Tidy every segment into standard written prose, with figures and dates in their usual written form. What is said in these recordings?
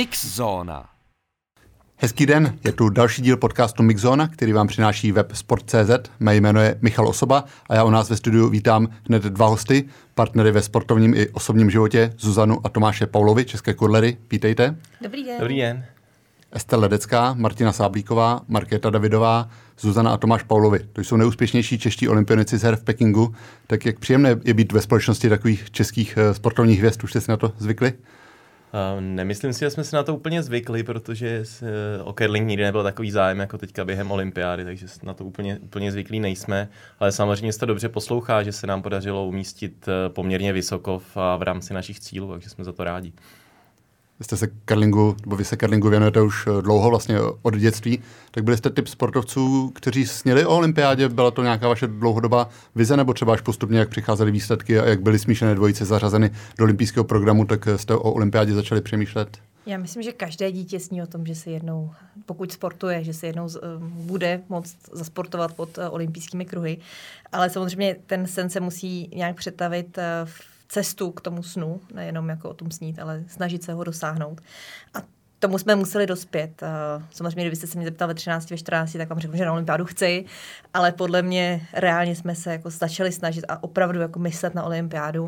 Mixzóna. Hezký den, je tu další díl podcastu Mixzóna, který vám přináší web Sport.cz. Mé jméno je Michal Osoba a já u nás ve studiu vítám hned dva hosty, partnery ve sportovním i osobním životě, Zuzanu a Tomáše Paulovi, české kurlery. Vítejte. Dobrý den. Dobrý den. Ester Ledecká, Martina Sáblíková, Markéta Davidová, Zuzana a Tomáš Paulovi. To jsou nejúspěšnější čeští olympionici z her v Pekingu. Tak jak příjemné je být ve společnosti takových českých sportovních hvězd? Už jste si na to zvykli? Nemyslím si, že jsme si na to úplně zvykli, protože o curling nikdy nebyl takový zájem jako teďka během olympiády, takže na to úplně zvyklí nejsme. Ale samozřejmě se to dobře poslouchá, že se nám podařilo umístit poměrně vysoko v rámci našich cílů, takže jsme za to rádi. Vy se curlingu věnujete už dlouho, vlastně od dětství, tak byli jste typ sportovců, kteří sněli o olympiádě? Byla to nějaká vaše dlouhodobá vize, nebo třeba až postupně, jak přicházely výsledky a jak byly smíšené dvojice zařazeny do olympijského programu, tak jste o olympiádě začali přemýšlet? Já myslím, že každé dítě sní o tom, že se jednou, pokud sportuje, že se jednou bude moct zasportovat pod olympijskými kruhy, ale samozřejmě ten sen se musí nějak přetavit v cestu k tomu snu, nejenom jako o tom snít, ale snažit se ho dosáhnout. A tomu jsme museli dospět. Samozřejmě, kdybyste se mě zeptal ve 13, ve 14, tak vám řeknu, že na olympiádu chci, ale podle mě reálně jsme se jako začali snažit a opravdu jako myslet na olympiádu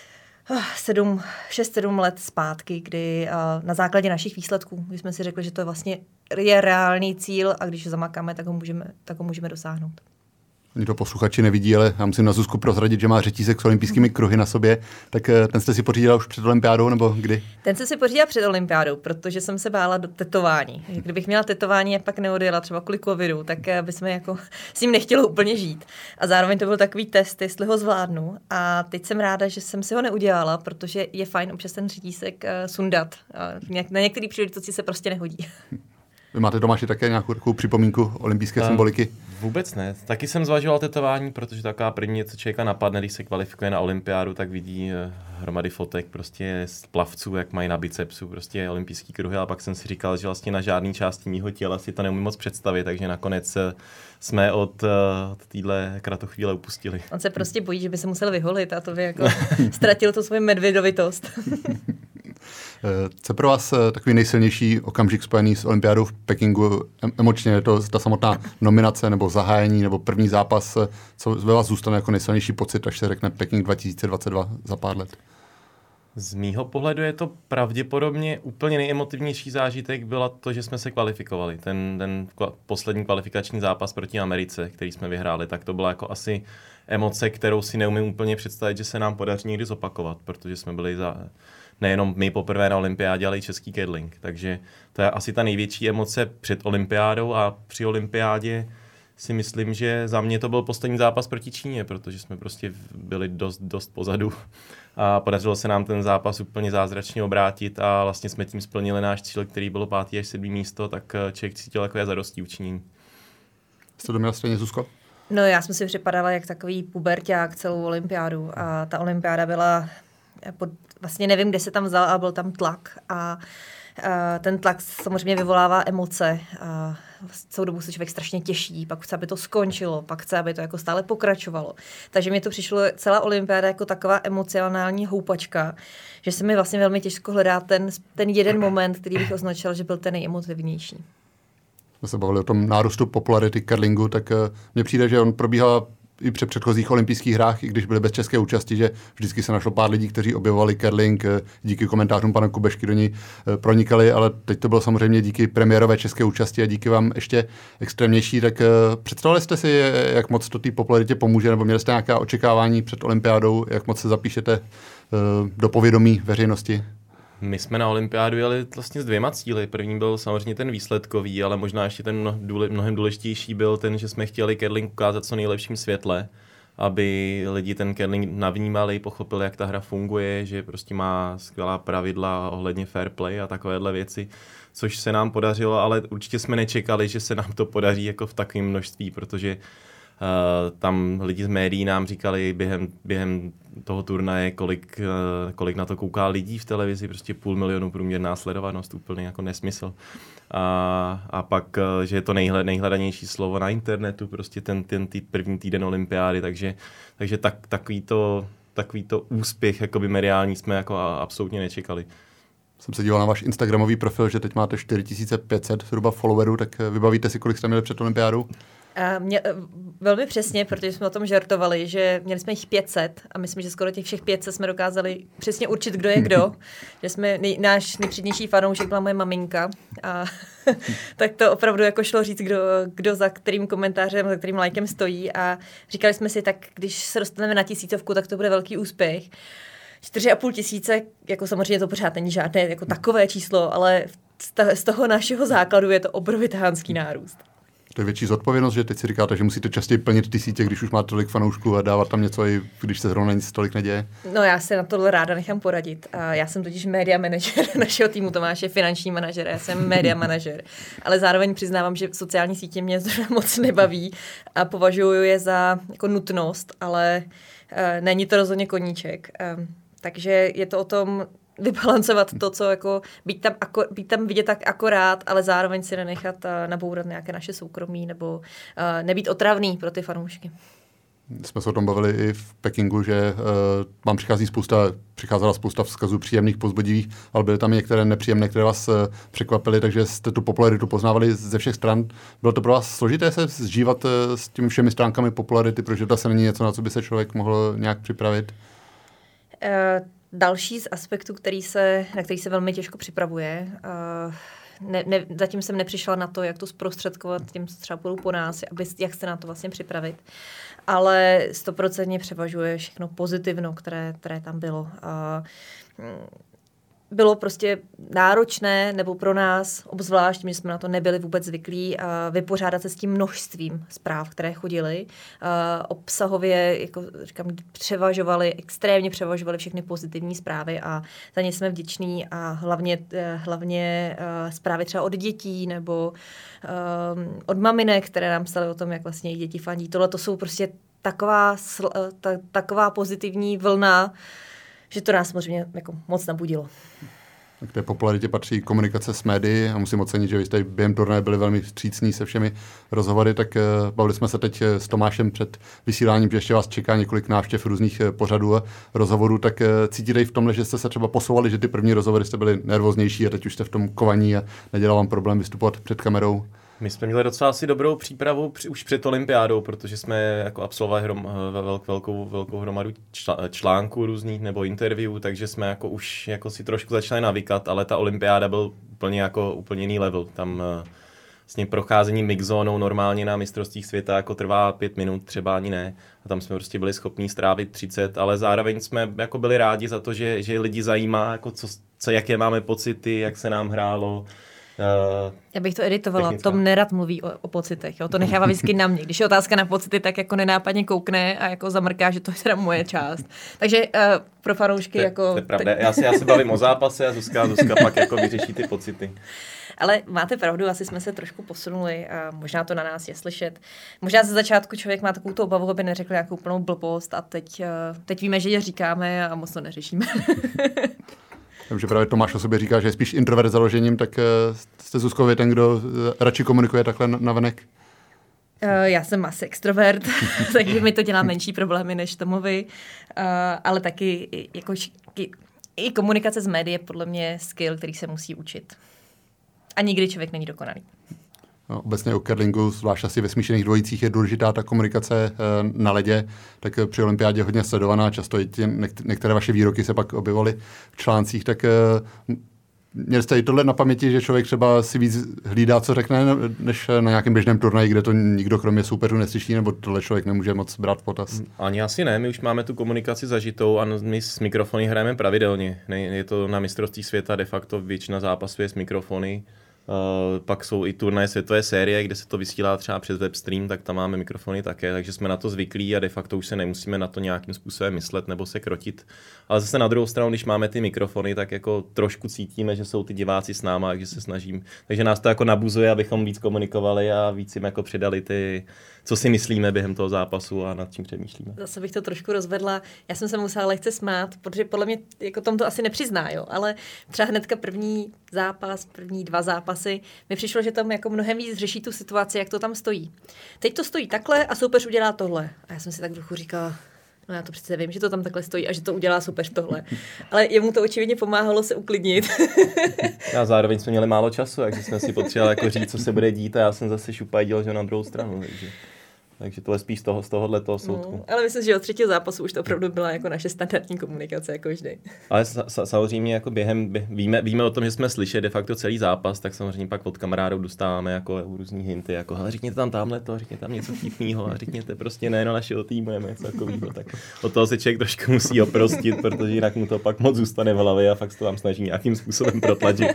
6-7 let zpátky, kdy na základě našich výsledků, když jsme si řekli, že to vlastně je reálný cíl a když zamakáme, tak ho můžeme dosáhnout. Oni to posluchači nevidí, ale já musím na Zuzku prozradit, že má řetízek s olympijskými kruhy na sobě. Tak ten jste si pořídila už před olympiádou, nebo kdy? Ten jsem si pořídila před olympiádou, protože jsem se bála do tetování. Kdybych měla tetování a pak neodjela třeba kvůli covidu, tak bychom jako s ním nechtělo úplně žít. A zároveň to byl takový test, jestli ho zvládnu. A teď jsem ráda, že jsem si ho neudělala, protože je fajn občas ten řetízek sundat. Na některé příležitosti se prostě nehodí. Vy máte, Tomáši, také nějakou takovou připomínku olympijské symboliky? Vůbec ne. Taky jsem zvažoval tetování, protože taková první, co člověka napadne, když se kvalifikuje na olympiádu, tak vidí hromady fotek prostě z plavců, jak mají na bicepsu prostě olympijský kruhy, ale pak jsem si říkal, že vlastně na žádné části mýho těla si to neumím moc představit, takže nakonec jsme od téhle kratochvíle upustili. On se prostě bojí, že by se musel vyholit a to by jako ztratil tu svoji medvědovitost. Co pro vás takový nejsilnější okamžik spojený s olympiádou v Pekingu? Emočně je to ta samotná nominace nebo zahájení nebo první zápas? Co ve vás zůstane jako nejsilnější pocit, až se řekne Peking 2022 za pár let? Z mýho pohledu je to pravděpodobně úplně nejemotivnější zážitek byla to, že jsme se kvalifikovali. Ten poslední kvalifikační zápas proti Americe, který jsme vyhráli, tak to byla jako asi emoce, kterou si neumím úplně představit, že se nám podaří někdy zopakovat, protože jsme byli nejenom my poprvé na olympiádě, ale i český curling. Takže to je asi ta největší emoce před olympiádou a při olympiádě si myslím, že za mě to byl poslední zápas proti Číně, protože jsme prostě byli dost pozadu a podařilo se nám ten zápas úplně zázračně obrátit a vlastně jsme tím splnili náš cíl, který bylo 5. až 7. místo, tak člověk cítil jako je zadostí učinění. Jste to měla stejně, Zuzko? No, já jsem si připadala jak takový puberťák celou olympiádu a ta olympiáda byla vlastně nevím, kde se tam vzal, ale byl tam tlak a ten tlak samozřejmě vyvolává emoce. Celou dobu se člověk strašně těší, pak chce, aby to skončilo, pak chce, aby to jako stále pokračovalo. Takže mi to přišlo celá olympiáda jako taková emocionální houpačka, že se mi vlastně velmi těžko hledá ten jeden moment, který bych označila, že byl ten nejemotivnější. Jsme se bavili o tom nárůstu popularity curlingu, tak mně přijde, že on probíhal i při předchozích olympijských hrách, i když byly bez české účasti, že vždycky se našlo pár lidí, kteří objevovali curling, díky komentářům pana Kubešky do ní pronikali, ale teď to bylo samozřejmě díky premiérové české účasti a díky vám ještě extrémnější. Tak představili jste si, jak moc to té popularitě pomůže, nebo měli jste nějaká očekávání před olympiádou, jak moc se zapíšete do povědomí veřejnosti? My jsme na olympiádu jeli vlastně s 2 cíli. První byl samozřejmě ten výsledkový, ale možná ještě ten mnohem důležitější byl ten, že jsme chtěli curling ukázat co nejlepším světle, aby lidi ten curling navnímali, pochopili, jak ta hra funguje, že prostě má skvělá pravidla ohledně fair play a takovéhle věci, což se nám podařilo, ale určitě jsme nečekali, že se nám to podaří jako v takovém množství, protože tam lidi z médií nám říkali během toho turnaje, kolik na to kouká lidí v televizi, prostě 500 000 průměrná sledovanost, úplně jako nesmysl. A pak, že je to nejhledanější slovo na internetu, prostě ten první týden olympiády, takže takovýto úspěch jakoby mediální jsme jako absolutně nečekali. Jsem se díval na váš Instagramový profil, že teď máte 4500 zhruba followerů, tak vybavíte si, kolik jste měli před olympiádou? Velmi přesně, protože jsme o tom žartovali, že měli jsme jich 500 a myslím, že skoro těch všech 500 jsme dokázali přesně určit, kdo je kdo. Že jsme náš nejpřednější fanoušek byla moje maminka a tak to opravdu jako šlo říct, kdo za kterým komentářem, za kterým lajkem stojí a říkali jsme si, tak když se dostaneme na 1000, tak to bude velký úspěch. 4,5 tisíce, jako samozřejmě to pořád není žádné jako takové číslo, ale z toho našeho základu je to obrovitánský nárůst. To je větší zodpovědnost, že teď si říkáte, že musíte častěji plnit ty sítě, když už máte tolik fanoušků a dávat tam něco, i když se zrovna nic tolik neděje? No já se na tohle ráda nechám poradit. A já jsem totiž media manažer našeho týmu, Tomáš je finanční manažer, já jsem media manažer. Ale zároveň přiznávám, že sociální sítě mě moc nebaví a považuji je za jako nutnost, ale není to rozhodně koníček. Takže je to o tom vybalancovat to, co jako být tam vidět tak akorát, ale zároveň si nenechat nabourat nějaké naše soukromí nebo nebýt otravný pro ty fanoušky. Jsme se o tom bavili i v Pekingu, že vám přicházela spousta vzkazů příjemných, povzbudivých, ale byly tam některé nepříjemné, které vás překvapily, takže jste tu popularitu poznávali ze všech stran. Bylo to pro vás složité se zžívat s těmi všemi stránkami popularity, protože to se není něco, na co by se člověk mohl nějak připravit? Další z aspektů, na který se velmi těžko připravuje, zatím jsem nepřišla na to, jak to zprostředkovat těm, co třeba budou po nás, jak se na to vlastně připravit. Ale 100% převažuje všechno pozitivno, které tam bylo. Bylo prostě náročné, nebo pro nás obzvlášť, my jsme na to nebyli vůbec zvyklí, vypořádat se s tím množstvím zpráv, které chodily. Obsahově, jako říkám, extrémně převažovaly všechny pozitivní zprávy a za ně jsme vděční a hlavně zprávy třeba od dětí nebo od maminek, které nám psaly o tom, jak vlastně jejich děti fandí. Tohle to jsou prostě taková pozitivní vlna, že to nás samozřejmě jako moc nabudilo. K té popularitě patří komunikace s médií a musím ocenit, že vy jste během turnaje byli velmi vstřícní se všemi rozhovory, tak bavili jsme se teď s Tomášem před vysíláním, že ještě vás čeká několik návštěv různých pořadů a rozhovorů, tak cítíte i v tomhle, že jste se třeba posouvali, že ty první rozhovory jste byli nervóznější a teď už jste v tom kovaní a nedělal vám problém vystupovat před kamerou? My jsme měli docela asi dobrou přípravu už před olympiádou, protože jsme jako absolvovali velkou hromadu článků různých nebo interview, takže jsme jako už jako si trošku začali navykat, ale ta olympiáda byl úplně jiný level. Tam vlastně procházení mixzónou normálně na mistrovstvích světa jako trvá 5 minut, třeba ani ne. A tam jsme prostě byli schopní strávit 30, ale zároveň jsme jako byli rádi za to, že lidi zajímá, jako jaké máme pocity, jak se nám hrálo. Já bych to editovala, Tom nerad mluví o pocitech, jo? To nechává vždycky na mě. Když je otázka na pocity, tak jako nenápadně koukne a jako zamrká, že to je teda moje část. Takže pro fanoušky jako... To je pravda, já se bavím o zápase a Zuzka pak jako vyřeší ty pocity. Ale máte pravdu, asi jsme se trošku posunuli a možná to na nás je slyšet. Možná ze začátku člověk má takovou tu obavu, aby neřekl nějakou plnou blbost a teď víme, že je říkáme a moc to neřešíme. Takže právě Tomáš o sobě říká, že je spíš introvert založením, tak jste Zuzkově ten, kdo radši komunikuje takhle navenek? Já jsem asi extrovert, takže mi to dělá menší problémy než Tomovi, ale taky i komunikace s médií je podle mě skill, který se musí učit. A nikdy člověk není dokonalý. No, obecně o curlingu, zvlášť asi ve smíšených dvojicích, je důležitá ta komunikace na ledě, tak při olympiádě hodně sledovaná, často i některé vaše výroky se pak objevovaly v článcích, tak měli jste i tohle na paměti, že člověk třeba si víc hlídá, co řekne, než na nějakém běžném turnaji, kde to nikdo kromě soupeřů neslyší, nebo tohle člověk nemůže moc brát v potaz? Ani asi ne, my už máme tu komunikaci zažitou a my s mikrofony hrajeme pravidelně. Je to na mistrovství světa de facto většina zápasů je s mikrofony. Pak jsou i turnaje světové série, kde se to vysílá třeba přes webstream, tak tam máme mikrofony také, takže jsme na to zvyklí a de facto už se nemusíme na to nějakým způsobem myslet nebo se krotit. Ale zase na druhou stranu, když máme ty mikrofony, tak jako trošku cítíme, že jsou ty diváci s náma, takže se snažím. Takže nás to jako nabuzuje, abychom víc komunikovali a víc jim jako předali ty, co si myslíme během toho zápasu a nad čím přemýšlíme. Zase bych to trošku rozvedla. Já jsem se musela lehce smát, protože podle mě jako Tom to asi nepřizná, jo, ale třeba hnedka první 2 zápasy, mi přišlo, že tam jako mnohem víc řeší tu situaci, jak to tam stojí. Teď to stojí takhle a soupeř udělá tohle. A já jsem si tak v duchu říkala, No já to přece vím, že to tam takhle stojí a že to udělá super tohle. Ale jemu to očividně pomáhalo se uklidnit. A zároveň jsme měli málo času, takže jsme si potřebovali jako říct, co se bude dít a já jsem zase šupajdil, že na druhou stranu. Takže to je spíš z tohohle soudku. Ale myslím, že od třetího zápasu už to opravdu byla jako naše standardní komunikace, jako vždy. Ale samozřejmě jako víme o tom, že jsme slyšeli de facto celý zápas, tak samozřejmě pak od kamarádů dostáváme jako různý hinty, jako hele, řekněte tam tamhleto, řekněte tam něco vtipného a řekněte prostě ne na našeho týmu, nebo něco takového. Tak od toho se člověk trošku musí oprostit, protože jinak mu to pak moc zůstane v hlavě a fakt se to tam snaží nějakým způsobem protlačit.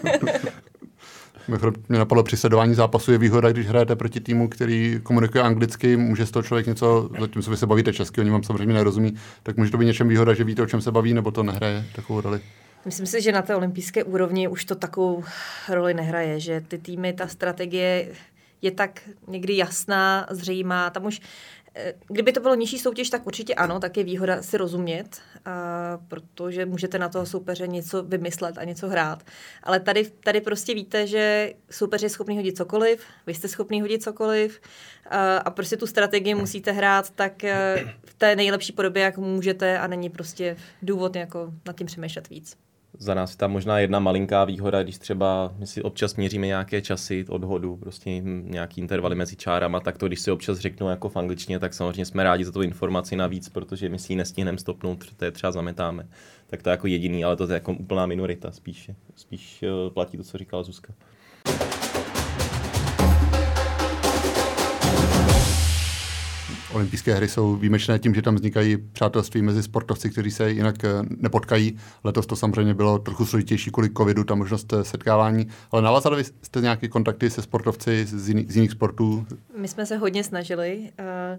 Mě napadlo, při sledování zápasu je výhoda, když hrajete proti týmu, který komunikuje anglicky, může z toho člověk něco, zatímco vy se bavíte česky, oni vám samozřejmě nerozumí, tak může to být něčem výhoda, že víte, o čem se baví, nebo to nehraje takovou roli? Myslím si, že na té olympijské úrovni už to takovou roli nehraje, že ty týmy, ta strategie je tak někdy jasná, zřejmá, tam už kdyby to bylo nižší soutěž, tak určitě ano, tak je výhoda si rozumět, protože můžete na toho soupeře něco vymyslet a něco hrát. Ale tady prostě víte, že soupeř je schopný hodit cokoliv, vy jste schopný hodit cokoliv a prostě tu strategii musíte hrát tak v té nejlepší podobě, jak můžete a není prostě důvod jako nad tím přemýšlet víc. Za nás je tam možná jedna malinká výhoda, když třeba my si občas měříme nějaké časy odhodu, prostě nějaký intervaly mezi čárama, tak to, když si občas řeknou jako v angličtině, tak samozřejmě jsme rádi za tu informaci navíc, protože my si ji nestihneme stopnout, to je třeba zametáme. Tak to je jako jediný, ale to je jako úplná minorita, spíš platí to, co říkala Zuzka. Olympijské hry jsou výjimečné tím, že tam vznikají přátelství mezi sportovci, kteří se jinak nepotkají. Letos to samozřejmě bylo trochu složitější kvůli covidu, ta možnost setkávání. Ale navázali jste nějaké kontakty se sportovci z jiných sportů? My jsme se hodně snažili.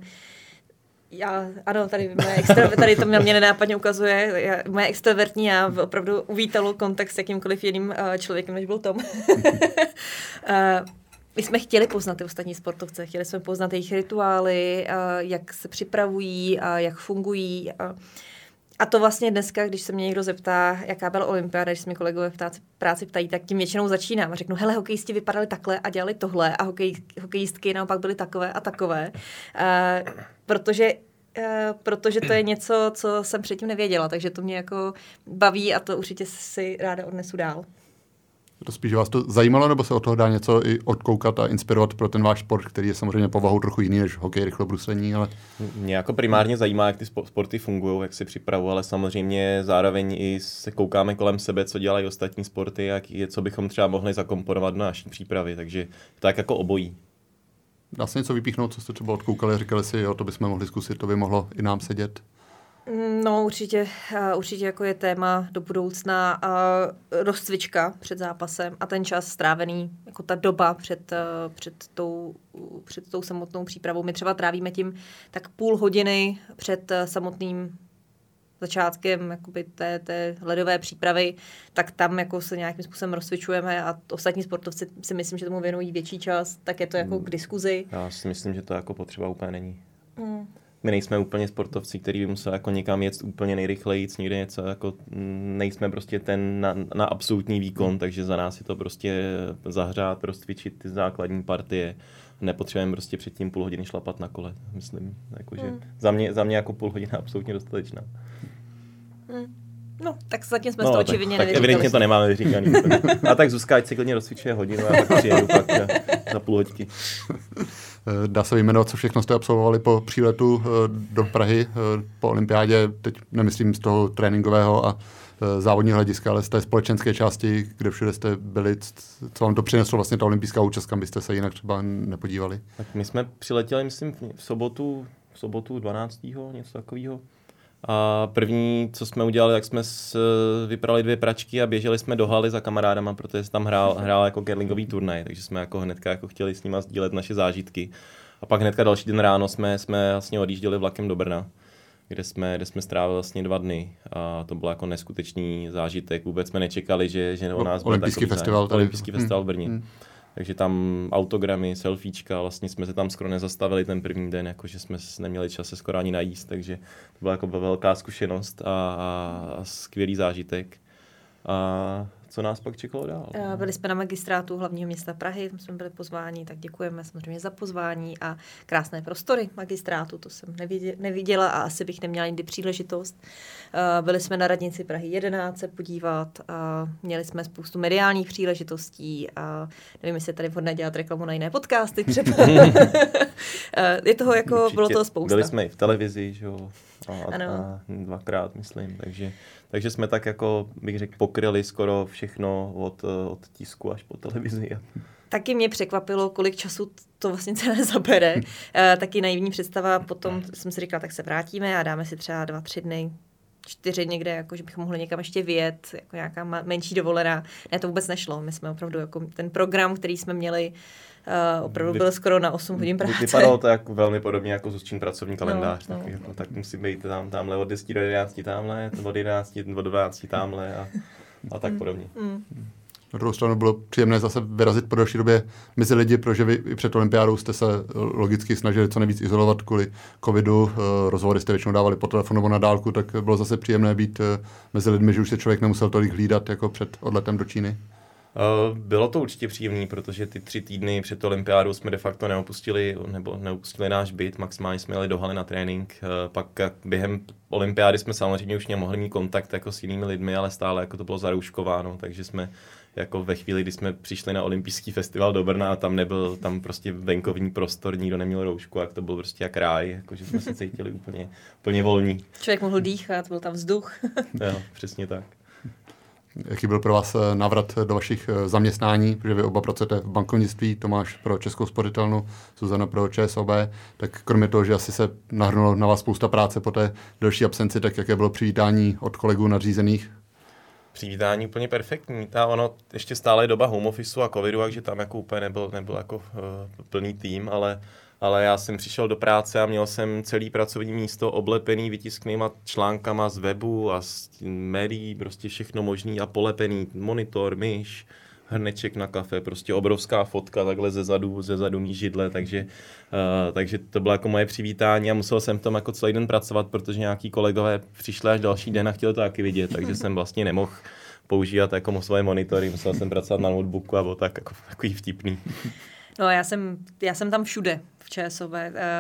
Ano, tady to mě nenápadně ukazuje. Moje extrovertní, já opravdu uvítala kontakt s jakýmkoliv jiným člověkem, než byl Tom. My jsme chtěli poznat ty ostatní sportovce, chtěli jsme poznat jejich rituály, jak se připravují, jak fungují. A to vlastně dneska, když se mě někdo zeptá, jaká byla olympiáda, když se mě kolegové v práci ptají, tak tím většinou začínám a řeknu, hele, hokejisti vypadali takhle a dělali tohle a hokejistky naopak byly takové a takové. Protože to je něco, co jsem předtím nevěděla, takže to mě jako baví a to určitě si ráda odnesu dál. To spíš vás to zajímalo, nebo se od toho dá něco i odkoukat a inspirovat pro ten váš sport, který je samozřejmě povahou trochu jiný než hokej, rychlobruslení, ale... Mě jako primárně zajímá, jak ty sporty fungují, jak se připravují, ale samozřejmě zároveň i se koukáme kolem sebe, co dělají ostatní sporty, co bychom třeba mohli zakomponovat do naší přípravy, takže tak jako obojí. Dá se něco vypíchnout, co jste třeba odkoukali a říkali si, jo, to bychom mohli zkusit, to by mohlo i nám sedět? No určitě jako je téma do budoucna rozcvička před zápasem a ten čas strávený, jako ta doba před tou samotnou přípravou. My třeba trávíme tím tak půl hodiny před samotným začátkem jakoby té ledové přípravy, tak tam jako se nějakým způsobem rozcvičujeme a ostatní sportovci si myslím, že tomu věnují větší čas, tak je to jako k diskuzi. Já si myslím, že to jako potřeba úplně není. My nejsme úplně sportovci, který by musel jako někam jet úplně nejrychleji, někde něco jako nejsme prostě ten na absolutní výkon, takže za nás je to prostě zahřát, rozcvičit ty základní partie. Nepotřebujeme prostě předtím půl hodiny šlapat na kole, myslím. Jakože za mě jako půl hodina absolutně dostatečná. No, tak zatím jsme to očividně nevyříkali. Tak evidentně to nemáme vyříkaný. A tak Zuzka, ať si klidně rozcvičuje hodinu a pak přijedu pak za půl hoďky. Dá se vyjmenovat, co všechno jste absolvovali po příletu do Prahy po olympiádě, teď nemyslím z toho tréninkového a závodního hlediska, ale z té společenské části, kde všude jste byli, co vám to přineslo vlastně ta olympijská účast, kam byste se jinak třeba nepodívali? Tak my jsme přiletěli, myslím, v sobotu 12. něco takového. A první, co jsme udělali, tak jsme vyprali 2 pračky a běželi jsme do haly za kamarádama, protože se tam hrál jako curlingový turnaj, takže jsme jako hnedka jako chtěli s nima sdílet naše zážitky. A pak hnedka další den ráno jsme vlastně odjížděli vlakem do Brna, kde jsme strávili vlastně 2 dny a to byl jako neskutečný zážitek. Vůbec jsme nečekali, že o nás bude olympijský festival v Brně. Takže tam autogramy, selfiečka, vlastně jsme se tam skoro nezastavili ten první den, jakože jsme neměli čas se skoro ani najíst, takže to byla jako velká zkušenost a skvělý zážitek. A co nás pak čekalo dál? Byli jsme na magistrátu hlavního města Prahy, tam jsme byli pozváni, tak děkujeme samozřejmě za pozvání a krásné prostory magistrátu, to jsem neviděla a asi bych neměla jindy příležitost. Byli jsme na radnici Prahy 11 se podívat a měli jsme spoustu mediálních příležitostí a nevím, jestli je tady vhodné dělat reklamu na jiné podcasty třeba. Je toho jako, bylo toho spousta. Byli jsme i v televizi, že jo, a 2krát, myslím, takže jsme tak jako, bych řekl, pokryli skoro všechno od tisku až po televizi. Taky mě překvapilo, kolik času to vlastně celé zabere. Taky naivní představa, potom jsem si říkala, tak se vrátíme a dáme si třeba 2-3 dny, 4 někde, jako, že bychom mohli někam ještě vyjet, jako nějaká menší dovolená. Ne, to vůbec nešlo. My jsme opravdu, jako ten program, který jsme měli, opravdu byl skoro na 8 hodin práce. Vypadalo to jako velmi podobně jako Zuzčin pracovní kalendář. Tak musí být tamhle od 10 do 11 tamhle, od 11 do 12 tamhle a tak podobně. Na druhou stranu bylo příjemné zase vyrazit po další době mezi lidi, protože vy i před olympiádou jste se logicky snažili co nejvíc izolovat kvůli covidu. Rozhovory jste většinou dávali po telefonu nebo na dálku, tak bylo zase příjemné být mezi lidmi, že už se člověk nemusel tolik hlídat jako před odletem do Číny. Bylo to určitě příjemné, protože ty 3 týdny před olympiádou jsme de facto neopustili náš byt, maximálně jsme jeli do haly na trénink. Pak během olympiády jsme samozřejmě už mohli mít kontakt jako s jinými lidmi, ale stále jako to bylo zarouškováno, takže jsme jako ve chvíli, kdy jsme přišli na olympijský festival do Brna a tam nebyl tam prostě venkovní prostor, nikdo neměl roušku, jak to byl prostě jak ráj, jakože jsme se cítili úplně volní. Člověk mohl dýchat, byl tam vzduch. Jo, přesně tak. Jaký byl pro vás návrat do vašich zaměstnání, protože vy oba pracujete v bankovnictví, Tomáš pro Českou spořitelnu, Zuzana pro ČSOB, tak kromě toho, že asi se nahrnulo na vás spousta práce po té delší absenci, tak jaké bylo přivítání od kolegů nadřízených? Přivítání úplně perfektní. Ono ještě stále je doba home officeu a covidu, takže tam jako úplně nebyl jako plný tým, ale já jsem přišel do práce a měl jsem celý pracovní místo oblepený vytisknýma článkama z webu a z médií, prostě všechno možný a polepený monitor, myš, hrneček na kafe, prostě obrovská fotka takhle ze zadu mý židle, takže to bylo jako moje přivítání a musel jsem v tom jako celý den pracovat, protože nějaký kolegové přišli až další den a chtěli to taky vidět, takže jsem vlastně nemohl používat jako svoje monitory, musel jsem pracovat na notebooku a bylo tak jako takový vtipný. No já jsem tam všude v ČSOB,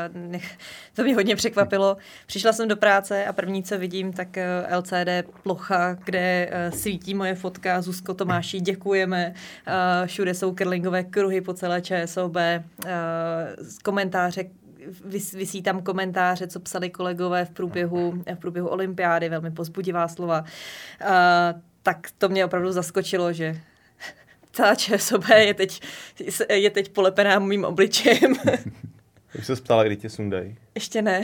to mě hodně překvapilo. Přišla jsem do práce a první, co vidím, tak LCD plocha, kde svítí moje fotka, Zuzko, Tomáši, děkujeme. Všude jsou curlingové kruhy po celé ČSOB, komentáře, visí tam komentáře, co psali kolegové v průběhu olympiády, velmi povzbudivá slova. Tak to mě opravdu zaskočilo, že celá ČSOB je teď polepená mým obličejem. Už se ptala, kdy tě sundají. Ještě ne.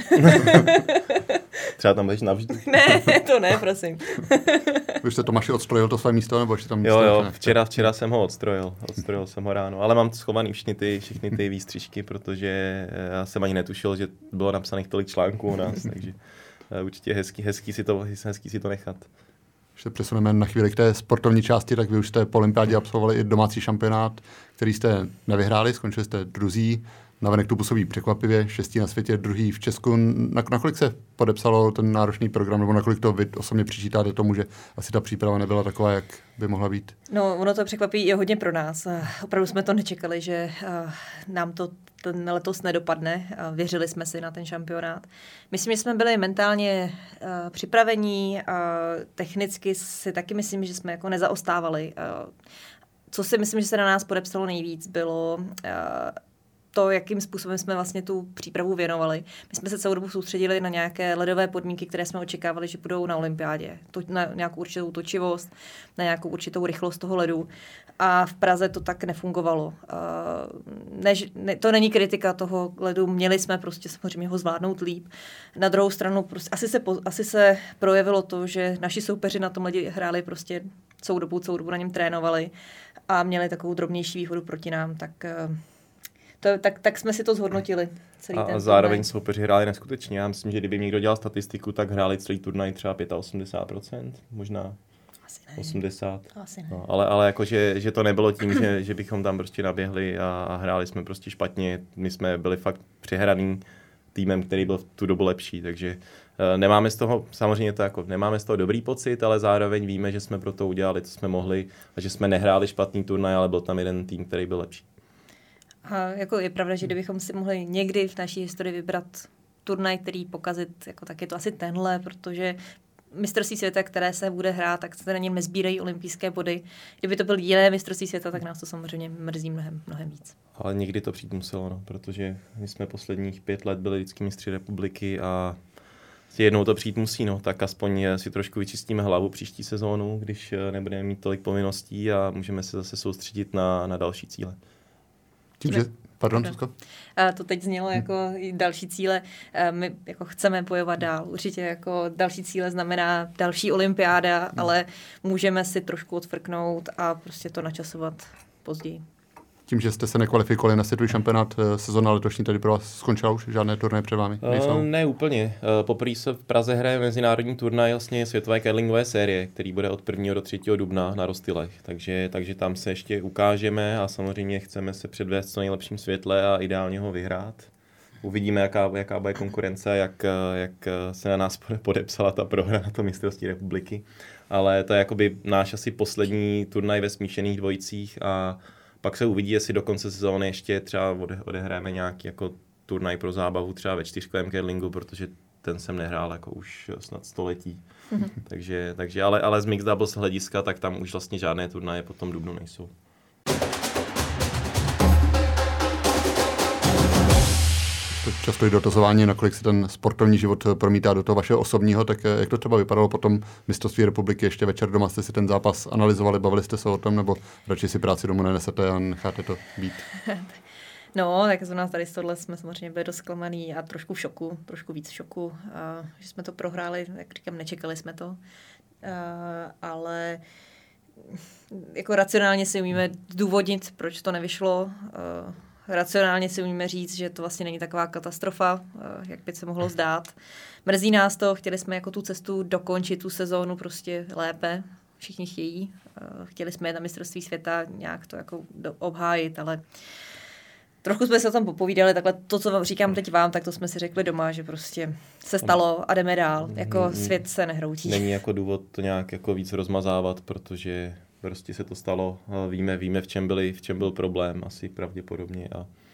Třeba tam budeš navždy. Ne, to ne, prosím. Vy jste Tomáši odstrojil to své místo, nebo ještě tam... Jo, včera jsem ho odstrojil jsem ho ráno, ale mám schovaný všechny ty výstřižky, protože já jsem ani netušil, že bylo napsaných tolik článků u nás, takže určitě hezký si to nechat. Když se přesuneme na chvíli k té sportovní části, tak vy už jste po olympiádě absolvovali i domácí šampionát, který jste nevyhráli, skončili jste druzí. Navenek tu působí překvapivě, 6. na světě, 2. v Česku. Nakolik se podepsalo ten náročný program, nebo nakolik to vy osobně přičítáte tomu, že asi ta příprava nebyla taková, jak by mohla být? No, ono to překvapí i hodně pro nás. Opravdu jsme to nečekali, že nám to ten letos nedopadne. Věřili jsme si na ten šampionát. Myslím, že jsme byli mentálně připravení, technicky si taky myslím, že jsme jako nezaostávali. Co si myslím, že se na nás podepsalo nejvíc, bylo to, jakým způsobem jsme vlastně tu přípravu věnovali. My jsme se celou dobu soustředili na nějaké ledové podmínky, které jsme očekávali, že budou na olympiádě. Na nějakou určitou točivost, na nějakou určitou rychlost toho ledu. A v Praze to tak nefungovalo. To není kritika toho ledu, měli jsme prostě samozřejmě ho zvládnout líp. Na druhou stranu prostě asi se projevilo to, že naši soupeři na tom ledě hráli prostě celou dobu na něm trénovali a měli takovou drobnější výhodu proti nám, tak jsme si to zhodnotili. A zároveň soupeři hráli neskutečně. Já myslím, že kdyby někdo dělal statistiku, tak hráli celý turnaj třeba 85%, možná asi ne. 80%. Asi ne. No, ale jakože, že to nebylo tím, že bychom tam prostě naběhli a hráli jsme prostě špatně. My jsme byli fakt přehraný. týmem, který byl v tu dobu lepší, takže nemáme z toho, samozřejmě to jako, nemáme z toho dobrý pocit, ale zároveň víme, že jsme pro to udělali, co jsme mohli a že jsme nehráli špatný turnaj, ale byl tam jeden tým, který byl lepší. A jako je pravda, že kdybychom si mohli někdy v naší historii vybrat turnaj, který pokazit, jako tak je to asi tenhle, protože mistrovství světa, které se bude hrát, tak se na něm nezbírají olympijské body. Kdyby to byl jiné mistrovství světa, tak nás to samozřejmě mrzí mnohem víc. Ale někdy to přijít muselo, no, protože my jsme posledních 5 let byli vždycky mistři republiky a jednou to přijít musí, no, tak aspoň si trošku vyčistíme hlavu příští sezónu, když nebudeme mít tolik povinností a můžeme se zase soustředit na další cíle. Pardon, Zuzko? To teď znělo jako další cíle. My jako chceme bojovat dál. Určitě jako další cíle znamená další olympiáda, ale můžeme si trošku odfrknout a prostě to načasovat později. Tím, že jste se nekvalifikovali na světový šampionát, sezona letošní tady pro vás skončila už? Žádné turnaje před vámi nejsou? Ne úplně. Poprvé se v Praze hraje mezinárodní turnaj vlastně světové curlingové série, který bude od 1. do 3. dubna na Rostylech. Takže tam se ještě ukážeme a samozřejmě chceme se předvést co nejlepším světle a ideálně ho vyhrát. Uvidíme, jaká bude konkurence, jak se na nás podepsala ta prohra na to mistrovství republiky. Ale to je jakoby náš asi poslední turnaj ve smíšených dvojicích a pak se uvidí, jestli do konce sezóny ještě třeba odehráme nějaký jako turnaj pro zábavu třeba ve 4kovém curlingu, protože ten jsem nehrál jako už snad století. takže ale z mixed doubles hlediska, tak tam už vlastně žádné turnaje po tom dubnu nejsou. Často i dotazování, nakolik se ten sportovní život promítá do toho vašeho osobního, tak jak to třeba vypadalo potom mistrovství republiky, ještě večer doma jste si ten zápas analyzovali, bavili jste se o tom, nebo radši si práci domů nenesete a necháte to být? No, tak z nás tady z tohle jsme samozřejmě byli dost zklamaný a trošku v šoku, trošku víc v šoku, že jsme to prohráli, jak říkám, nečekali jsme to, ale jako racionálně si umíme zdůvodnit, proč to nevyšlo. Racionálně si umíme říct, že to vlastně není taková katastrofa, jak by se mohlo zdát. Mrzí nás to, chtěli jsme jako tu cestu dokončit, tu sezónu prostě lépe, všichni chtějí. Chtěli jsme na mistrovství světa nějak to jako obhájit, ale trochu jsme se o tom popovídali, takhle to, co vám říkám teď vám, tak to jsme si řekli doma, že prostě se stalo a jdeme dál. Jako svět se nehroutí. Není jako důvod to nějak jako víc rozmazávat, protože prostě se to stalo, víme v čem byl problém, asi pravděpodobně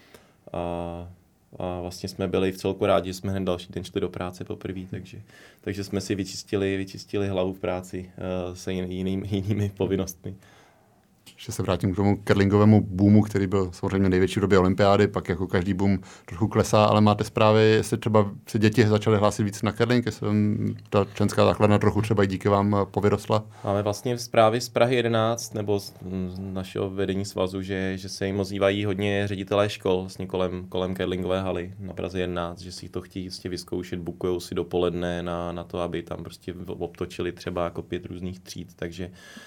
a vlastně jsme byli v celku rádi, že jsme hned další den šli do práce poprvé, takže jsme si vyčistili hlavu v práci se jinými povinnostmi. Ještě se vrátím k tomu curlingovému boomu, který byl samozřejmě největší v době olympiády, pak jako každý boom trochu klesá, ale máte zprávy, jestli třeba se děti začaly hlásit víc na curling, jestli ta členská základna trochu třeba i díky vám povyrostla? Máme vlastně zprávy z Prahy 11, nebo z našeho vedení svazu, že se jim ozývají hodně ředitelé škol vlastně kolem curlingové haly na Praze 11, že si to chtějí prostě vyzkoušet, bukujou si dopoledne na to, aby tam prostě obtočili třeba jako 5 různých tříd, takže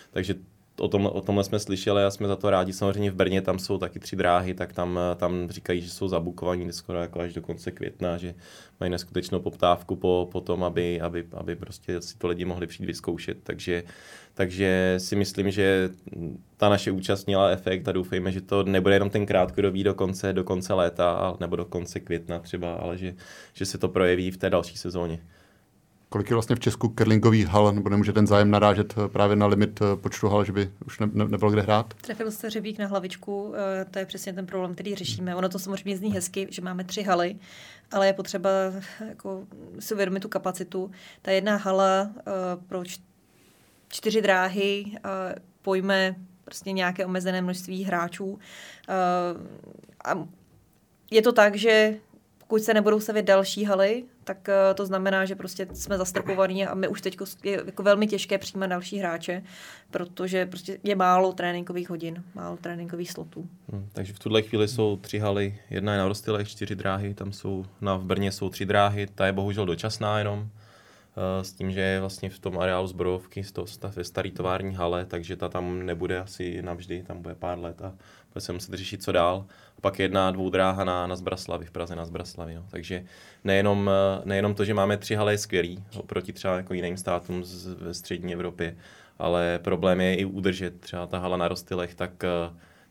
O tomhle jsme slyšeli a jsme za to rádi. Samozřejmě v Brně tam jsou taky 3 dráhy, tak tam říkají, že jsou zabukovaní skoro jako až do konce května, že mají neskutečnou poptávku po tom, aby prostě si to lidi mohli přijít vyzkoušet. Takže si myslím, že ta naše účast měla efekt a doufejme, že to nebude jenom ten krátkodobý do konce léta nebo do konce května třeba, ale že se to projeví v té další sezóně. Kolik je vlastně v Česku curlingových hal, nebo nemůže ten zájem narážet právě na limit počtu hal, že by už nebylo kde hrát? Trefil jste hřebík na hlavičku, to je přesně ten problém, který řešíme. Ono to samozřejmě zní hezky, že máme 3 haly, ale je potřeba jako si uvědomit tu kapacitu. Ta jedna hala pro 4 dráhy pojme prostě nějaké omezené množství hráčů. A je to tak, že pokud se nebudou stavět další haly, tak to znamená, že prostě jsme zastropovaní a my už teď je jako velmi těžké přijímat další hráče, protože prostě je málo tréninkových hodin, málo tréninkových slotů. Takže v tuhle chvíli jsou 3 haly, jedna je na Rostylech, 4 dráhy, tam jsou, v Brně jsou 3 dráhy, ta je bohužel dočasná jenom, s tím, že je vlastně v tom areálu Zbrojovky, ve starý tovární hale, takže ta tam nebude asi navždy, tam bude pár let a bude se muset řešit, co dál. A pak jedna 2 dráha na Zbraslavi, v Praze na Zbraslavi. No. Takže nejenom to, že máme 3 haly je skvělý, oproti třeba jako jiným státům ve střední Evropě, ale problém je i udržet. Třeba ta hala na Rostylech, tak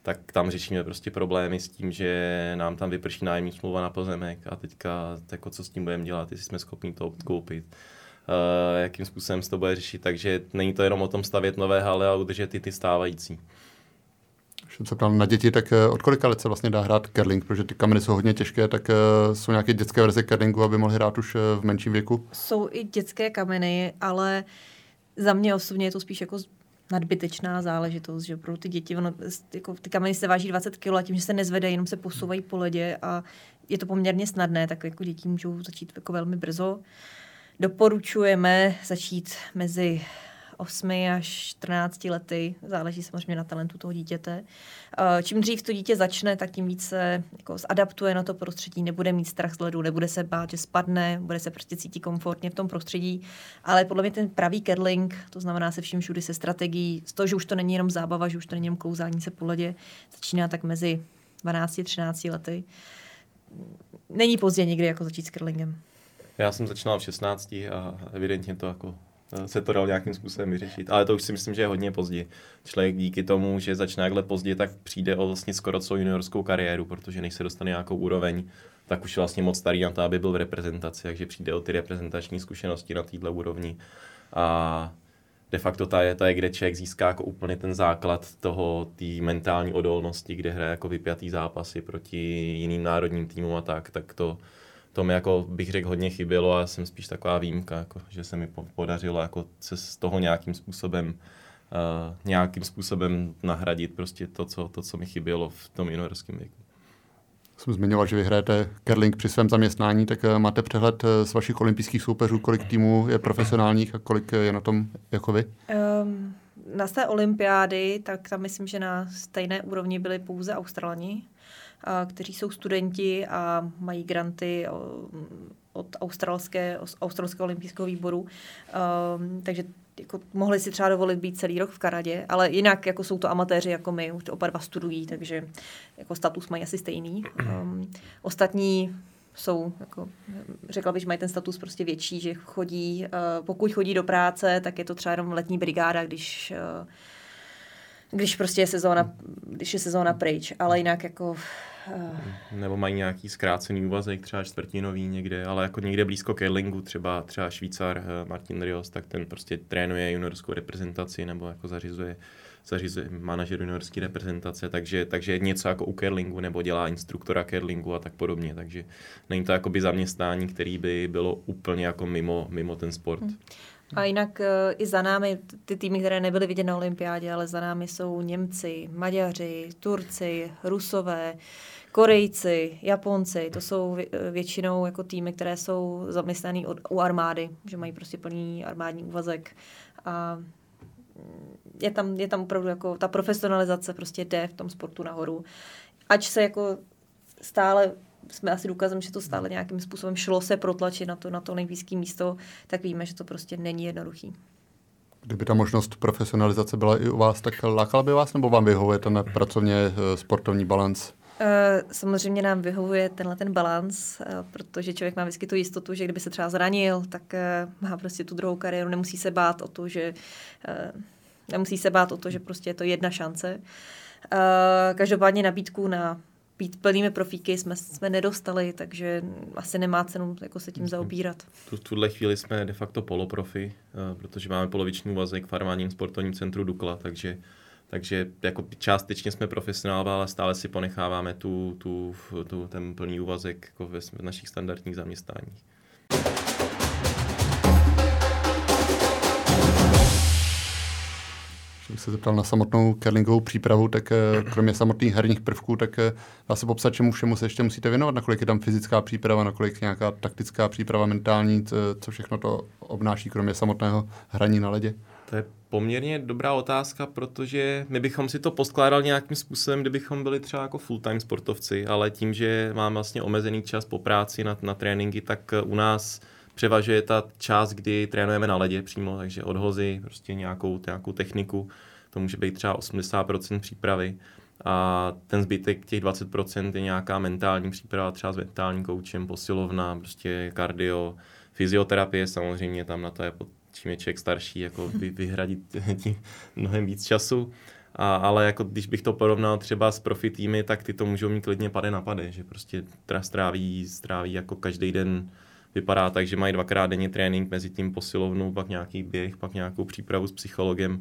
tak tam řešíme prostě problémy s tím, že nám tam vyprší nájemní smlouva na pozemek a teďka jako co s tím budeme dělat, jestli jsme schopni to odkoupit, jakým způsobem se to bude řešit, takže není to jenom o tom stavět nové haly a udržet i ty stávající. Když se ptal na děti, tak od kolika let se vlastně dá hrát curling, protože ty kameny jsou hodně těžké, tak jsou nějaké dětské verze curlingu, aby mohli hrát už v menším věku? Jsou i dětské kameny, ale za mě osobně je to spíš jako nadbytečná záležitost, že pro ty děti, jako ty kameny se váží 20 kg a tím, že se nezvedají, jenom se posouvají po ledě a je to poměrně snadné, tak jako děti můžou začít jako velmi brzo. Doporučujeme začít mezi 8 až 14 lety, záleží samozřejmě na talentu toho dítěte. Čím dřív to dítě začne, tak tím víc se jako zadaptuje na to prostředí, nebude mít strach z ledu, nebude se bát, že spadne, bude se prostě cítit komfortně v tom prostředí. Ale podle mě ten pravý curling, to znamená se vším všudy se strategií, z toho, že už to není jenom zábava, že už to není jenom klouzání se po ledě, začíná tak mezi 12-13 lety. Není pozdě nikdy jako začít s curlingem. Já jsem začínal v 16 a evidentně to jako se to dalo nějakým způsobem vyřešit. Ale to už si myslím, že je hodně pozdě. Člověk díky tomu, že začne takhle pozdě, tak přijde o vlastně skoro celou juniorskou kariéru, protože než se dostane nějakou úroveň, tak už je vlastně moc starý na to, aby byl v reprezentaci, takže přijde o ty reprezentační zkušenosti na této úrovni. A de facto to je, kde člověk získá jako úplně ten základ toho, té mentální odolnosti, kde hraje jako vypjatý zápasy proti jiným národním týmům a tak to mi jako bych řekl hodně chybělo a jsem spíš taková výjimka, jako, že se mi podařilo jako se z toho nějakým způsobem nahradit prostě to, co mi chybělo v tom juniorském věku. Jsem zmiňoval, že vy hrajete curling při svém zaměstnání, tak máte přehled z vašich olympijských soupeřů, kolik týmů je profesionálních a kolik je na tom jako vy? Na té olympiády, tak tam myslím, že na stejné úrovni byli pouze Australani, kteří jsou studenti a mají granty od australského olympijského výboru. Takže jako mohli si třeba dovolit být celý rok v Kanadě, ale jinak jako jsou to amatéři jako my, už oba dva studují, takže jako status mají asi stejný. Ostatní jsou, jako, řekla bych, že mají ten status prostě větší, že chodí, pokud chodí do práce, tak je to třeba jenom letní brigáda, když prostě je sezóna pryč, ale jinak jako... Nebo mají nějaký zkrácený úvazek, třeba čtvrtinový někde, ale jako někde blízko curlingu, třeba Švýcar Martin Rios, tak ten prostě trénuje juniorskou reprezentaci nebo jako zařizuje manažer juniorské reprezentace, takže něco jako u curlingu nebo dělá instruktora curlingu a tak podobně, takže není to jakoby zaměstnání, který by bylo úplně jako mimo ten sport. A jinak i za námi, ty týmy, které nebyly vidět na olympiádě, ale za námi jsou Němci, Maďaři, Turci, Rusové, Korejci, Japonci. To jsou většinou jako týmy, které jsou zaměstnaný u armády, že mají prostě plný armádní úvazek. A je tam opravdu jako ta profesionalizace prostě jde v tom sportu nahoru. Ač se jako stále jsme asi důkazem, že to stále nějakým způsobem šlo se protlačit na to nejblízké místo, tak víme, že to prostě není jednoduchý. Kdyby ta možnost profesionalizace byla i u vás, tak lákala by vás, nebo vám vyhovuje ten pracovně sportovní balans? Samozřejmě nám vyhovuje ten balans, protože člověk má vždycky tu jistotu, že kdyby se třeba zranil, tak má prostě tu druhou kariéru, nemusí se bát o to, že prostě je to jedna šance. Každopádně nabídku na být plnými profíky jsme nedostali, takže asi nemá cenu jako se tím zaobírat. V tuhle chvíli jsme de facto poloprofi, protože máme poloviční úvazek v armádním sportovním centru Dukla, takže jako částečně jsme profesionálové, ale stále si ponecháváme ten plný úvazek jako v našich standardních zaměstnáních. Když se zeptal na samotnou curlingovou přípravu, tak kromě samotných herních prvků, tak dá se popsat, čemu všemu se ještě musíte věnovat, nakolik je tam fyzická příprava, nakolik nějaká taktická příprava mentální, co všechno to obnáší, kromě samotného hraní na ledě? To je poměrně dobrá otázka, protože my bychom si to poskládali nějakým způsobem, kdybychom byli třeba jako full-time sportovci, ale tím, že máme vlastně omezený čas po práci na tréninky, tak u nás převažuje ta část, kdy trénujeme na ledě přímo, takže odhozy, prostě nějakou techniku, to může být třeba 80% přípravy a ten zbytek, těch 20% je nějaká mentální příprava, třeba s mentálním koučem, posilovna, prostě kardio, fyzioterapie samozřejmě, tam na to je čím je člověk starší, jako vyhradit tím mnohem víc času. Ale jako když bych to porovnal třeba s profi týmy, tak ty to můžou mít klidně pade na pade, že prostě stráví jako každý den. Vypadá tak, že mají 2x denně trénink, mezi tím posilovnu, pak nějaký běh, pak nějakou přípravu s psychologem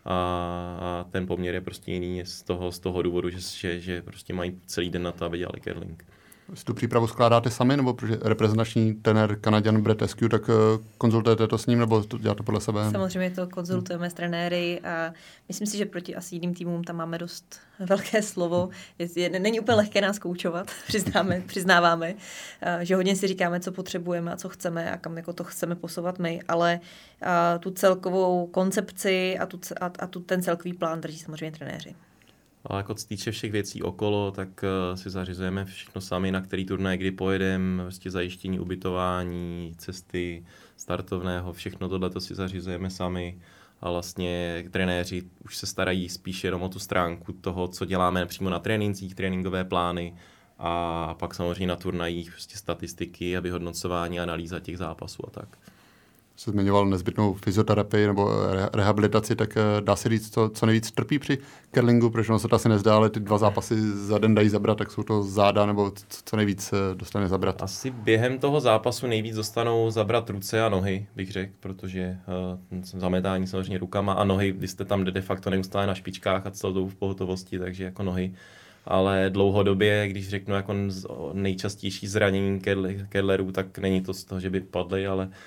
a ten poměr je prostě jiný z toho důvodu, že prostě mají celý den na to, aby dělali curling. Jestli tu přípravu skládáte sami, nebo protože reprezentační trenér Kanaďan Brett Askew, tak konzultujete to s ním, nebo to děláte podle sebe? Samozřejmě to konzultujeme s trenéry a myslím si, že proti asi jiným týmům tam máme dost velké slovo. Není úplně lehké nás koučovat, přiznáváme, že hodně si říkáme, co potřebujeme a co chceme a kam jako to chceme posouvat my, ale tu celkovou koncepci a ten celkový plán drží samozřejmě trenéři. Ale jako co týče všech věcí okolo, tak si zařizujeme všechno sami, na který turnaj, kdy pojedeme, vlastně zajištění ubytování, cesty, startovného, všechno tohleto si zařizujeme sami a vlastně trenéři už se starají spíš jenom o tu stránku toho, co děláme přímo na trénincích, tréninkové plány a pak samozřejmě na turnajích prostě statistiky a vyhodnocování, analýza těch zápasů a tak. Se zmiňoval nezbytnou fyzioterapii nebo rehabilitaci, tak dá se říct, co nejvíc trpí při curlingu, protože ono se to asi nezdá, ale ty 2 zápasy za den dají zabrat, tak jsou to záda, nebo co nejvíc dostane zabrat? Asi během toho zápasu nejvíc dostanou zabrat ruce a nohy, bych řekl, protože zametání samozřejmě rukama a nohy, když jste tam de facto neustále na špičkách a celou dobu v pohotovosti, takže jako nohy. Ale dlouhodobě, když řeknu jako nejčastější zranění curlerů, tak není to z toho, že by padly,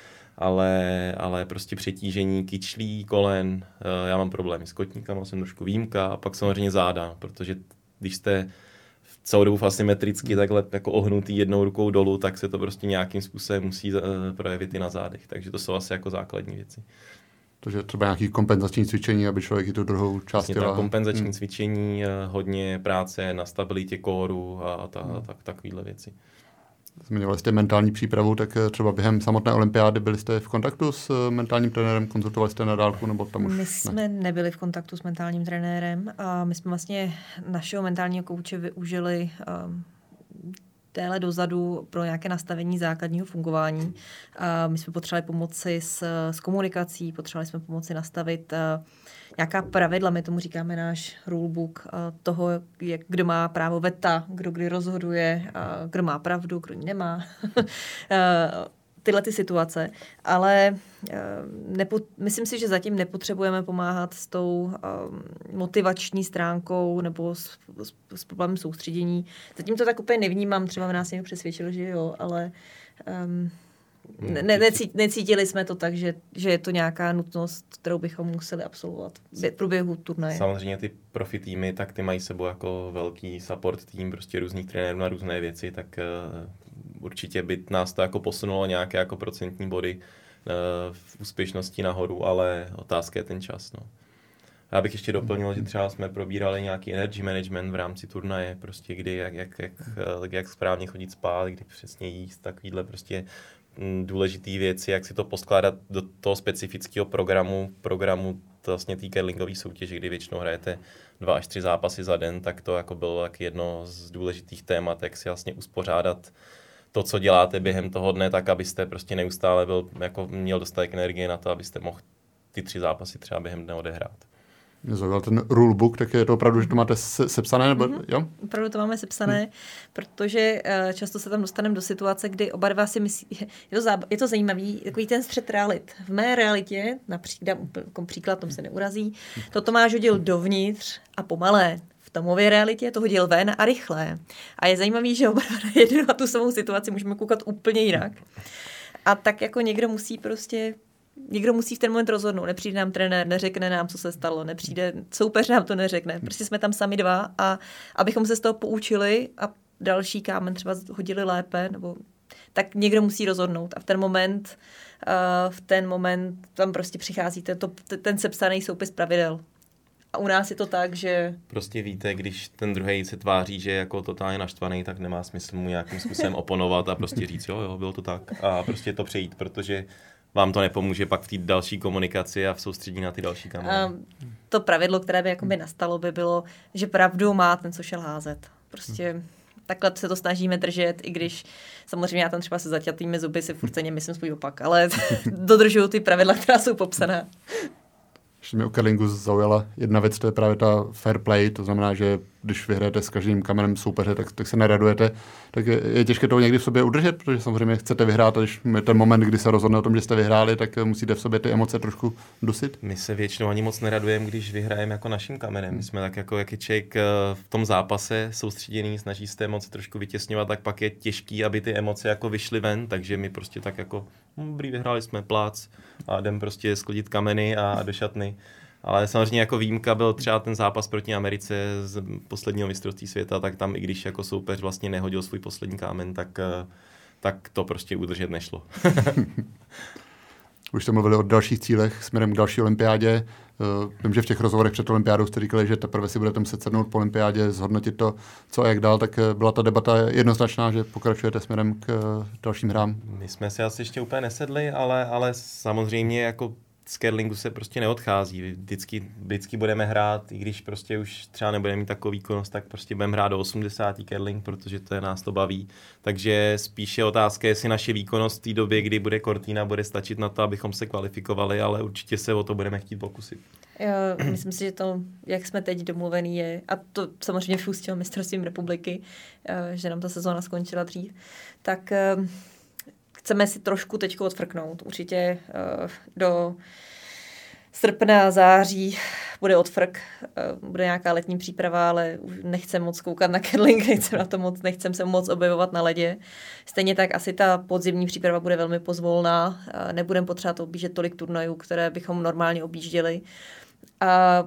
ale prostě přetížení kyčlí, kolen, já mám problémy s kotníkama, jsem trošku výjimka a pak samozřejmě záda, protože když jste celou dobu asymetricky takhle jako ohnutý jednou rukou dolů, tak se to prostě nějakým způsobem musí projevit i na zádech, takže to jsou asi jako základní věci. Takže třeba nějaký kompenzační cvičení, aby člověk i tu druhou část dělal. Kompenzační cvičení, hodně práce na stabilitě kóru a takovéhle věci. Zmiňovali jste mentální přípravu, tak třeba během samotné olympiády byli jste v kontaktu s mentálním trenérem, konzultovali jste na dálku, nebo tam už My jsme nebyli v kontaktu s mentálním trenérem a my jsme vlastně našeho mentálního kouče využili déle dozadu pro nějaké nastavení základního fungování. My jsme potřebovali pomoci s komunikací, potřebovali jsme pomoci nastavit nějaká pravidla, my tomu říkáme náš rulebook, toho, kdo má právo veta, kdo kdy rozhoduje, kdo má pravdu, kdo ji nemá. Tyhle ty situace, ale myslím si, že zatím nepotřebujeme pomáhat s tou motivační stránkou nebo s problémem soustředění. Zatím to tak úplně nevnímám, třeba nás někdo přesvědčil, že jo, ale necítili jsme to tak, že je to nějaká nutnost, kterou bychom museli absolvovat v průběhu turnaje. Samozřejmě ty profi týmy, tak ty mají sebou jako velký support tým, prostě různých trenérů na různé věci, tak určitě by nás to jako posunulo nějaké jako procentní body v úspěšnosti nahoru, ale otázka je ten čas. No. Já bych ještě doplnil, že třeba jsme probírali nějaký energy management v rámci turnaje, prostě kdy, jak správně chodit spát, kdy přesně jíst, takovýhle prostě důležitý věci, jak si to poskládat do toho specifického programu vlastně té curlingové soutěže, kdy většinou hrajete 2 až 3 zápasy za den, tak to jako bylo jak jedno z důležitých témat, jak si vlastně uspořádat to, co děláte během toho dne, tak abyste prostě neustále měl dostatek energie na to, abyste mohl ty 3 zápasy třeba během dne odehrát. Mě zaujal ten rulebook, tak je to opravdu, že to máte sepsané? Nebo, jo? Opravdu to máme sepsané, protože často se tam dostaneme do situace, kdy oba dva si myslí, je to zajímavý, takový ten střet realit. V mé realitě, například příklad, tom se neurazí, to Tomáš hodil dovnitř a pomalé. V Tomově realitě to hodil ven a rychle. A je zajímavý, že oba na jednu a tu samou situaci můžeme koukat úplně jinak. A tak jako někdo musí v ten moment rozhodnout. Nepřijde nám trenér, neřekne nám, co se stalo, nepřijde soupeř, nám to neřekne. Prostě jsme tam sami dva a abychom se z toho poučili a další kámen třeba hodili lépe, nebo tak někdo musí rozhodnout. A v ten moment tam prostě přichází ten sepsaný soupis pravidel. A u nás je to tak, že... Prostě víte, když ten druhej se tváří, že je jako totálně naštvaný, tak nemá smysl mu nějakým způsobem oponovat a prostě říct, jo, bylo to tak. A prostě to přejít, protože vám to nepomůže pak v té další komunikaci a v soustředí na ty další kamery. To pravidlo, které by jakoby nastalo, by bylo, že pravdu má ten, co šel házet. Prostě takhle se to snažíme držet, i když samozřejmě já tam třeba se zaťatými zuby si furt ceně myslím svůj opak, ale dodržuju ty pravidla, která jsou popsaná. Ještě mě o curlingu zaujala jedna věc, to je právě ta fair play, to znamená, že když vyhrajete s každým kamenem soupeře, tak se neradujete, tak je těžké to někdy v sobě udržet, protože samozřejmě chcete vyhrát a když je ten moment, kdy se rozhodne o tom, že jste vyhráli, tak musíte v sobě ty emoce trošku dusit. My se většinou ani moc neradujeme, když vyhrajeme jako naším kamenem. My jsme tak jako, jak je člověk v tom zápase soustředěný, snaží se emoce trošku vytěsňovat, tak pak je těžký, aby ty emoce jako vyšly ven, takže my prostě tak jako dobrý, vyhráli jsme plác a jdem prostě sklidit kameny a do šatny. Ale samozřejmě jako výjimka byl třeba ten zápas proti Americe z posledního mistrovství světa, tak tam i když jako soupeř vlastně nehodil svůj poslední kámen, tak to prostě udržet nešlo. Už jste mluvili o dalších cílech směrem k další olympiádě. Vím, že v těch rozhovorech před olympiádou jste říkali, že teprve si budete muset sednout po olympiádě, zhodnotit to, co a jak dál, tak byla ta debata jednoznačná, že pokračujete směrem k dalším hrám. My jsme si asi ještě úplně nesedli, ale samozřejmě jako z curlingu se prostě neodchází. Vždycky budeme hrát, i když prostě už třeba nebudeme mít takový výkonnost, tak prostě budeme hrát do 80 curling, protože nás to baví. Takže spíše otázka, jestli naše výkonnost v té době, kdy bude Cortina, bude stačit na to, abychom se kvalifikovali, ale určitě se o to budeme chtít pokusit. Myslím si, že to, jak jsme teď domluvený, je, a to samozřejmě vyústilo mistrovstvím republiky, že nám ta sezóna skončila dřív, tak chceme si trošku teď odfrknout. Určitě do srpna, září bude odfrk, bude nějaká letní příprava, ale už nechcem moc koukat na curling, nechcem se moc objevovat na ledě. Stejně tak asi ta podzimní příprava bude velmi pozvolná, nebudeme potřebovat objíždět tolik turnajů, které bychom normálně objížděli. A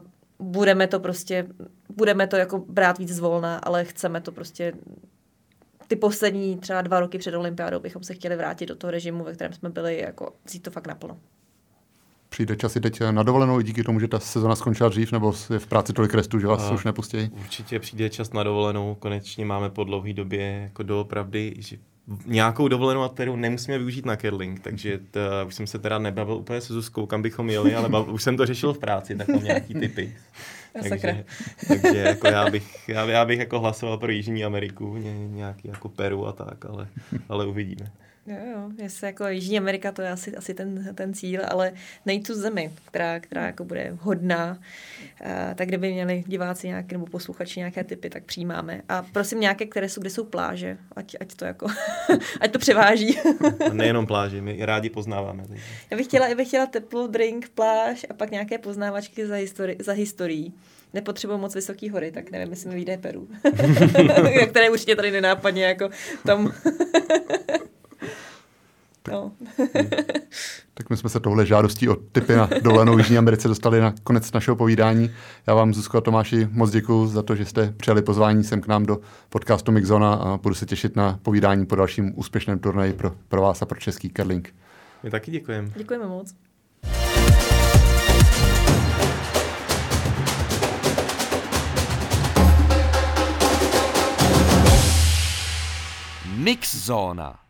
budeme to jako brát víc zvolna, ale chceme to prostě ty poslední třeba 2 roky před olympiádou bychom se chtěli vrátit do toho režimu, ve kterém jsme byli, jako vzít to fakt naplno. Přijde čas i teď na dovolenou díky tomu, že ta sezona skončila dřív, nebo je v práci tolik restů, že vás už nepustí? Určitě přijde čas na dovolenou, konečně máme po dlouhé době jako doopravdy, že nějakou dovolenou, kterou nemusíme využít na curling, takže už jsem se teda nebavil úplně se Zuzkou, kam bychom jeli, ale už jsem to řešil v práci, tak mám nějaký tipy. Takže jako já bych jako hlasoval pro Jižní Ameriku, nějaký jako Peru a tak, ale uvidíme. Jo, jestli jako Jižní Amerika, to je asi ten cíl, ale najít tu zemi, která jako bude hodná, tak kdyby měli diváci nějaké nebo posluchači nějaké tipy, tak přijímáme. A prosím nějaké, kde jsou pláže, ať to jako, ať to převáží. A nejenom pláže, my rádi poznáváme. Já bych chtěla teplo, drink, pláž a pak nějaké poznávačky za historií. Nepotřebuji moc vysoký hory, tak nevím, jestli mi vyjde Peru. Které určitě tady nenápadně jako tam... No. Tak my jsme se tohle žádostí o tipy na dovolenou Jižní Americe dostali na konec našeho povídání. Já vám, Zuzko a Tomáši, moc děkuju za to, že jste přijali pozvání sem k nám do podcastu Mixzona a budu se těšit na povídání po dalším úspěšném turnaji pro vás a pro český curling. My taky děkujeme. Děkujeme moc. Mixzona.